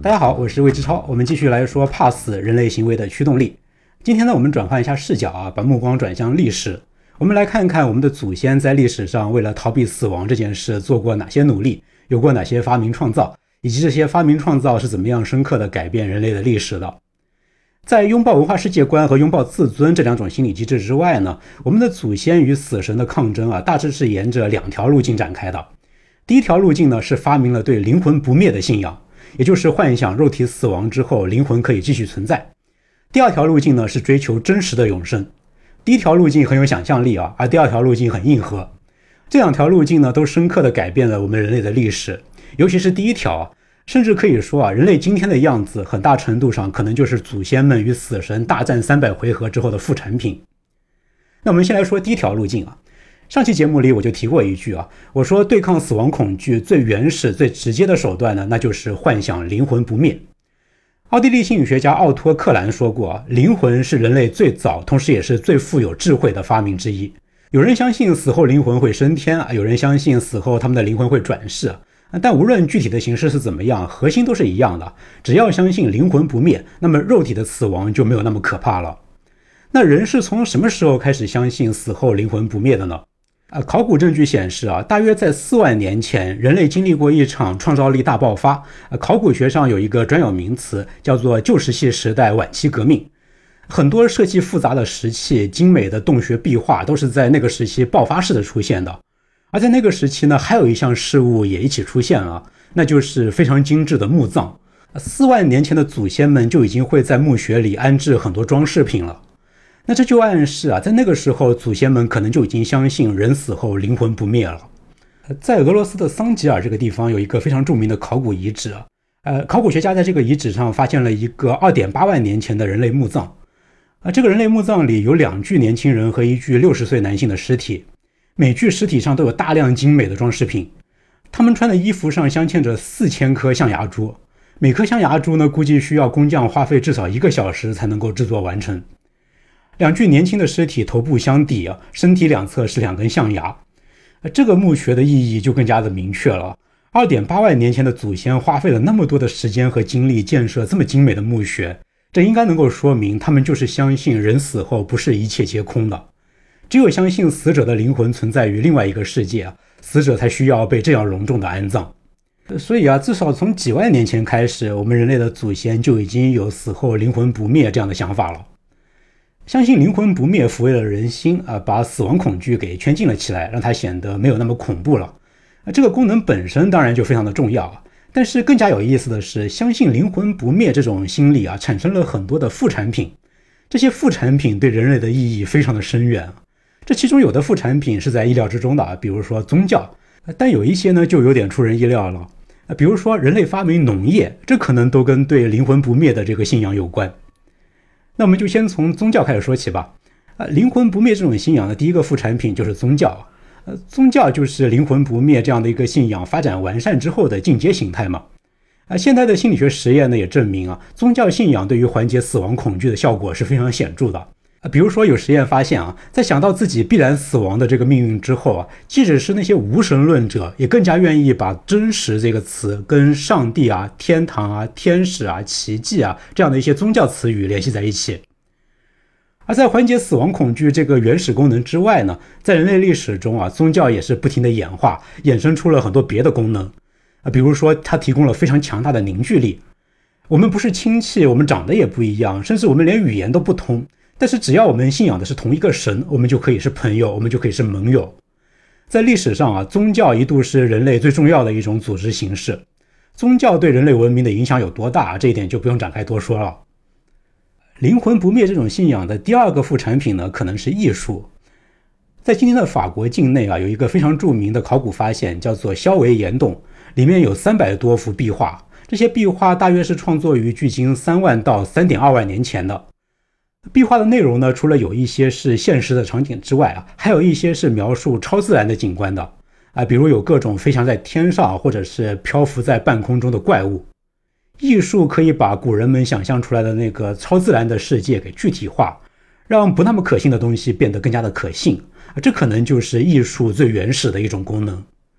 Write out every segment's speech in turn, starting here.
大家好，我是魏之超，我们继续来说怕死人类行为的驱动力。今天呢，我们转换一下视角把目光转向历史，我们来看看我们的祖先在历史上为了逃避死亡这件事做过哪些努力，有过哪些发明创造，以及这些发明创造是怎么样深刻的改变人类的历史的。在拥抱文化世界观和拥抱自尊这两种心理机制之外呢，我们的祖先与死神的抗争大致是沿着两条路径展开的。第一条路径呢，是发明了对灵魂不灭的信仰，也就是幻想肉体死亡之后灵魂可以继续存在。第二条路径呢，是追求真实的永生。第一条路径很有想象力而第二条路径很硬核。这两条路径呢，都深刻地改变了我们人类的历史，尤其是第一条甚至可以说人类今天的样子很大程度上可能就是祖先们与死神大战300回合之后的副产品。那我们先来说第一条路径上期节目里我就提过一句我说对抗死亡恐惧最原始最直接的手段呢，那就是幻想灵魂不灭。奥地利心理学家奥托·克兰说过灵魂是人类最早同时也是最富有智慧的发明之一。有人相信死后灵魂会升天有人相信死后他们的灵魂会转世但无论具体的形式是怎么样，核心都是一样的，只要相信灵魂不灭，那么肉体的死亡就没有那么可怕了。那人是从什么时候开始相信死后灵魂不灭的呢？考古证据显示大约在4万年前，人类经历过一场创造力大爆发。考古学上有一个专有名词叫做旧石器时代晚期革命。很多设计复杂的石器、精美的洞穴壁画都是在那个时期爆发式的出现的。而在那个时期呢，还有一项事物也一起出现了，那就是非常精致的墓葬。4万年前的祖先们就已经会在墓穴里安置很多装饰品了。那这就暗示在那个时候祖先们可能就已经相信人死后灵魂不灭了。在俄罗斯的桑吉尔这个地方有一个非常著名的考古遗址考古学家在这个遗址上发现了一个 2.8 万年前的人类墓葬这个人类墓葬里有2具年轻人和1具60岁男性的尸体，每具尸体上都有大量精美的装饰品，他们穿的衣服上镶嵌着4000颗象牙珠，每颗象牙珠呢估计需要工匠花费至少1个小时才能够制作完成。2具年轻的尸体头部相抵身体两侧是2根象牙。这个墓穴的意义就更加的明确了。2.8 万年前的祖先花费了那么多的时间和精力建设这么精美的墓穴，这应该能够说明他们就是相信人死后不是一切皆空的。只有相信死者的灵魂存在于另外一个世界死者才需要被这样隆重的安葬。所以至少从几万年前开始，我们人类的祖先就已经有死后灵魂不灭这样的想法了。相信灵魂不灭抚慰了人心把死亡恐惧给圈禁了起来，让它显得没有那么恐怖了。这个功能本身当然就非常的重要但是更加有意思的是，相信灵魂不灭这种心理产生了很多的副产品。这些副产品对人类的意义非常的深远。这其中有的副产品是在意料之中的比如说宗教，但有一些呢就有点出人意料了。比如说人类发明农业，这可能都跟对灵魂不灭的这个信仰有关。那我们就先从宗教开始说起吧。灵魂不灭这种信仰的第一个副产品就是宗教。宗教就是灵魂不灭这样的一个信仰发展完善之后的进阶形态嘛。现代的心理学实验呢也证明宗教信仰对于缓解死亡恐惧的效果是非常显著的。比如说有实验发现在想到自己必然死亡的这个命运之后即使是那些无神论者也更加愿意把真实这个词跟上帝天堂天使奇迹这样的一些宗教词语联系在一起。而在缓解死亡恐惧这个原始功能之外呢，在人类历史中宗教也是不停的演化，衍生出了很多别的功能。比如说它提供了非常强大的凝聚力。我们不是亲戚，我们长得也不一样，甚至我们连语言都不通，但是只要我们信仰的是同一个神，我们就可以是朋友，我们就可以是盟友。在历史上宗教一度是人类最重要的一种组织形式。宗教对人类文明的影响有多大，这一点就不用展开多说了。灵魂不灭这种信仰的第二个副产品呢，可能是艺术。在今天的法国境内有一个非常著名的考古发现，叫做肖维岩洞，里面有300多幅壁画，这些壁画大约是创作于距今3万到 3.2 万年前的。壁画的内容呢，除了有一些是现实的场景之外还有一些是描述超自然的景观的比如有各种飞翔在天上或者是漂浮在半空中的怪物。艺术可以把古人们想象出来的那个超自然的世界给具体化，让不那么可信的东西变得更加的可信，这可能就是艺术最原始的一种功能。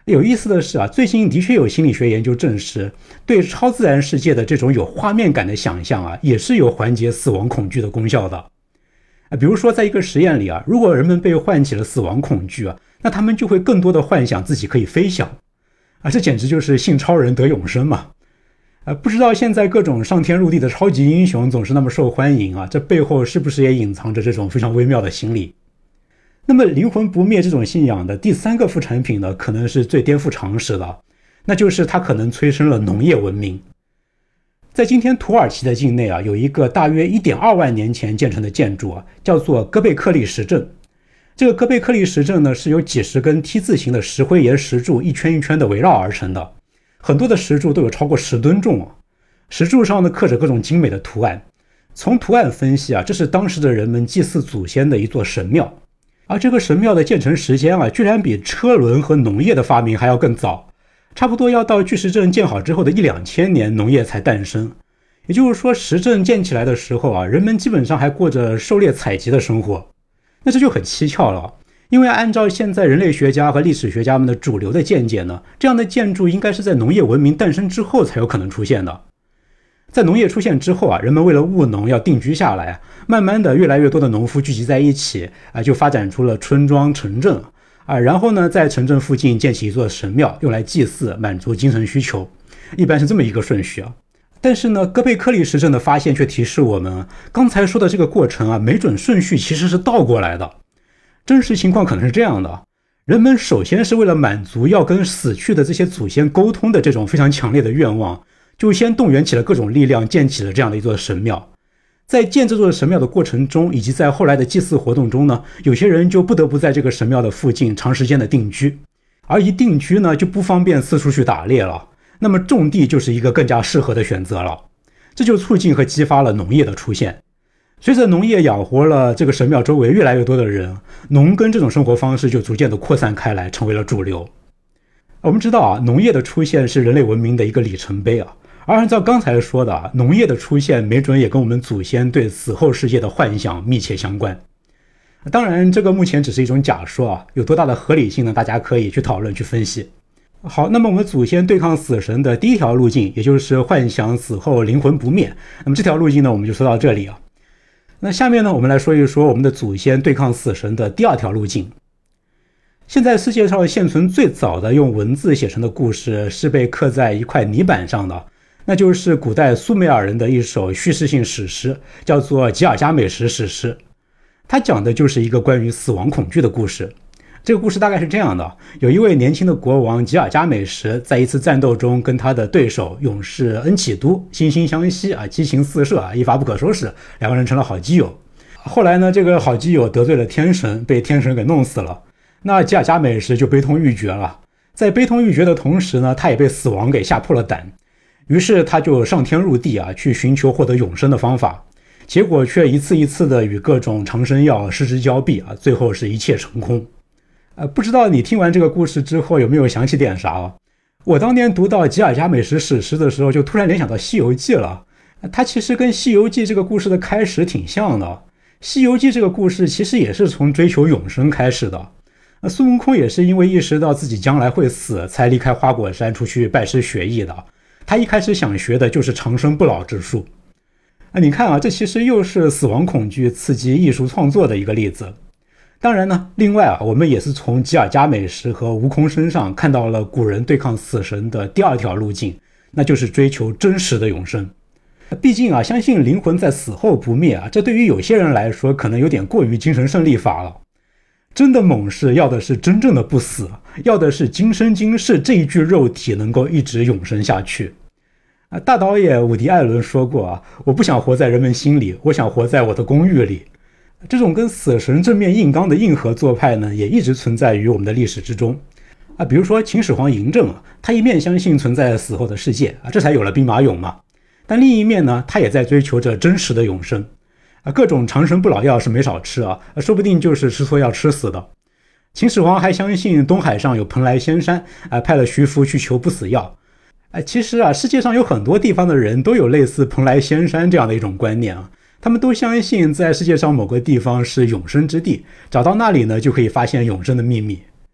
有意思的是啊，最近的确有心理学研究证实，对超自然世界的这种有画面感的想象啊，也是有缓解死亡恐惧的功效的。比如说在一个实验里啊，如果人们被唤起了死亡恐惧啊，那他们就会更多的幻想自己可以飞翔啊，这简直就是信超人得永生嘛。不知道现在各种上天入地的超级英雄总是那么受欢迎啊，这背后是不是也隐藏着这种非常微妙的心理？那么灵魂不灭这种信仰的第三个副产品呢，可能是最颠覆常识的，那就是它可能催生了农业文明。在今天土耳其的境内啊，有一个大约 1.2 万年前建成的建筑啊，叫做哥贝克利石阵。这个哥贝克利石阵呢，是由几十根 T 字形的石灰岩石柱一圈一圈的围绕而成的，很多的石柱都有超过10吨重啊。石柱上呢刻着各种精美的图案，从图案分析啊，这是当时的人们祭祀祖先的一座神庙。而这个神庙的建成时间啊，居然比车轮和农业的发明还要更早，差不多要到巨石阵建好之后的1-2千年，农业才诞生。也就是说，石阵建起来的时候啊，人们基本上还过着狩猎采集的生活。那这就很蹊跷了，因为按照现在人类学家和历史学家们的主流的见解呢，这样的建筑应该是在农业文明诞生之后才有可能出现的。在农业出现之后啊，人们为了务农要定居下来，慢慢的越来越多的农夫聚集在一起啊，就发展出了村庄、城镇啊，然后呢，在城镇附近建起一座神庙，用来祭祀，满足精神需求，一般是这么一个顺序啊。但是呢，哥贝克利石阵的发现却提示我们，刚才说的这个过程啊，没准顺序其实是倒过来的。真实情况可能是这样的：人们首先是为了满足要跟死去的这些祖先沟通的这种非常强烈的愿望，就先动员起了各种力量，建起了这样的一座神庙。在建这座神庙的过程中，以及在后来的祭祀活动中呢，有些人就不得不在这个神庙的附近长时间的定居，而一定居呢，就不方便四处去打猎了，那么种地就是一个更加适合的选择了。这就促进和激发了农业的出现。随着农业养活了这个神庙周围越来越多的人，农耕这种生活方式就逐渐的扩散开来，成为了主流。我们知道啊，农业的出现是人类文明的一个里程碑啊。而按照刚才说的，农业的出现没准也跟我们祖先对死后世界的幻想密切相关。当然，这个目前只是一种假说啊，有多大的合理性呢？大家可以去讨论去分析。好，那么我们祖先对抗死神的第一条路径，也就是幻想死后灵魂不灭。那么这条路径呢，我们就说到这里啊。那下面呢，我们来说一说我们的祖先对抗死神的第二条路径。现在世界上现存最早的用文字写成的故事，是被刻在一块泥板上的。那就是古代苏美尔人的一首叙事性史诗，叫做《吉尔加美什史诗》。它讲的就是一个关于死亡恐惧的故事。这个故事大概是这样的：有一位年轻的国王吉尔加美什，在一次战斗中跟他的对手勇士恩启都惺惺相惜啊，激情四射啊，一发不可收拾，两个人成了好基友。后来呢，这个好基友得罪了天神，被天神给弄死了。那吉尔加美什就悲痛欲绝了。在悲痛欲绝的同时呢，他也被死亡给吓破了胆。于是他就上天入地啊，去寻求获得永生的方法，结果却一次一次的与各种长生药失之交臂啊，最后是一切成空。不知道你听完这个故事之后有没有想起点啥啊？我当年读到吉尔加美什史诗的时候，就突然联想到《西游记》了。它其实跟《西游记》这个故事的开始挺像的。《西游记》这个故事其实也是从追求永生开始的。孙悟空也是因为意识到自己将来会死，才离开花果山出去拜师学艺的。他一开始想学的就是长生不老之术。你看啊，这其实又是死亡恐惧刺激艺术创作的一个例子。当然呢，另外啊，我们也是从吉尔加美什和悟空身上看到了古人对抗死神的第二条路径，那就是追求真实的永生。毕竟啊，相信灵魂在死后不灭啊，这对于有些人来说可能有点过于精神胜利法了。真的猛士要的是真正的不死，要的是今生今世这一具肉体能够一直永生下去。大导演伍迪·艾伦说过啊，我不想活在人们心里，我想活在我的公寓里。这种跟死神正面硬刚的硬核做派呢，也一直存在于我们的历史之中啊。比如说秦始皇嬴政啊，他一面相信存在死后的世界啊，这才有了兵马俑嘛。但另一面呢，他也在追求着真实的永生。各种长生不老药是没少吃啊，说不定就是吃错药吃死的。秦始皇还相信东海上有蓬莱仙山，派了徐福去求不死药。其实啊，世界上有很多地方的人都有类似蓬莱仙山这样的一种观念啊，他们都相信在世界上某个地方是永生之地，找到那里呢，就可以发现永生的秘密。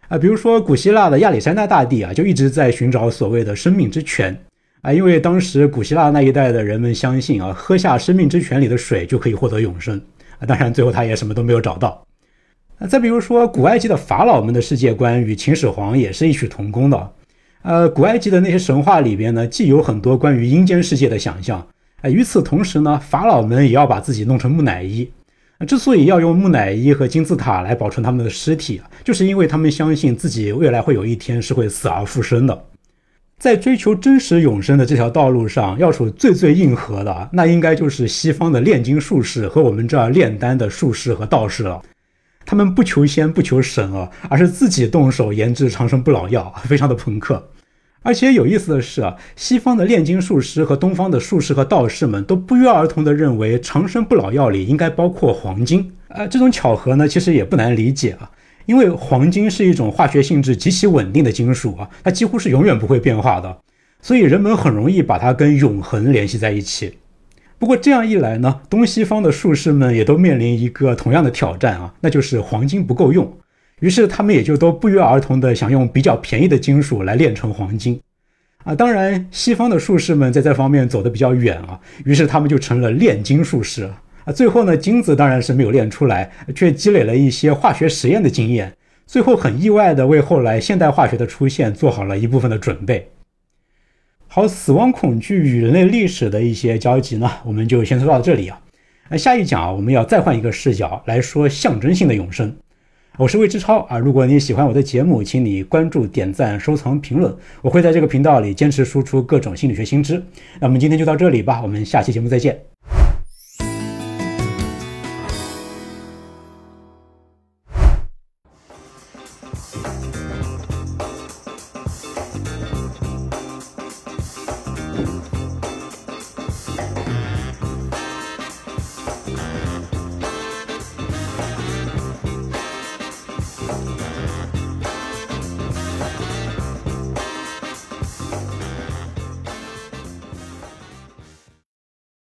比如说古希腊的亚历山大大帝就一直在寻找所谓的生命之泉因为当时古希腊那一带的人们相信喝下生命之泉里的水就可以获得永生当然最后他也什么都没有找到。再比如说古埃及的法老们的世界观与秦始皇也是异曲同工的。古埃及的那些神话里边呢，既有很多关于阴间世界的想象与此同时呢，法老们也要把自己弄成木乃伊。之所以要用木乃伊和金字塔来保存他们的尸体就是因为他们相信自己未来会有一天是会死而复生的。在追求真实永生的这条道路上，要数最硬核的那应该就是西方的炼金术士和我们这儿炼丹的术士和道士了。他们不求仙不求神而是自己动手研制长生不老药，非常的朋克。而且有意思的是西方的炼金术师和东方的术士和道士们都不约而同地认为长生不老药里应该包括黄金。这种巧合呢，其实也不难理解因为黄金是一种化学性质极其稳定的金属它几乎是永远不会变化的，所以人们很容易把它跟永恒联系在一起。不过这样一来呢，东西方的术士们也都面临一个同样的挑战那就是黄金不够用。于是他们也就都不约而同的想用比较便宜的金属来炼成黄金当然西方的术士们在这方面走得比较远于是他们就成了炼金术士最后呢，金子当然是没有炼出来，却积累了一些化学实验的经验，最后很意外的为后来现代化学的出现做好了一部分的准备。好，死亡恐惧与人类历史的一些交集呢，我们就先说到这里下一讲我们要再换一个视角来说象征性的永生。我是魏之超如果你喜欢我的节目，请你关注、点赞、收藏、评论，我会在这个频道里坚持输出各种心理学新知。那我们今天就到这里吧，我们下期节目再见。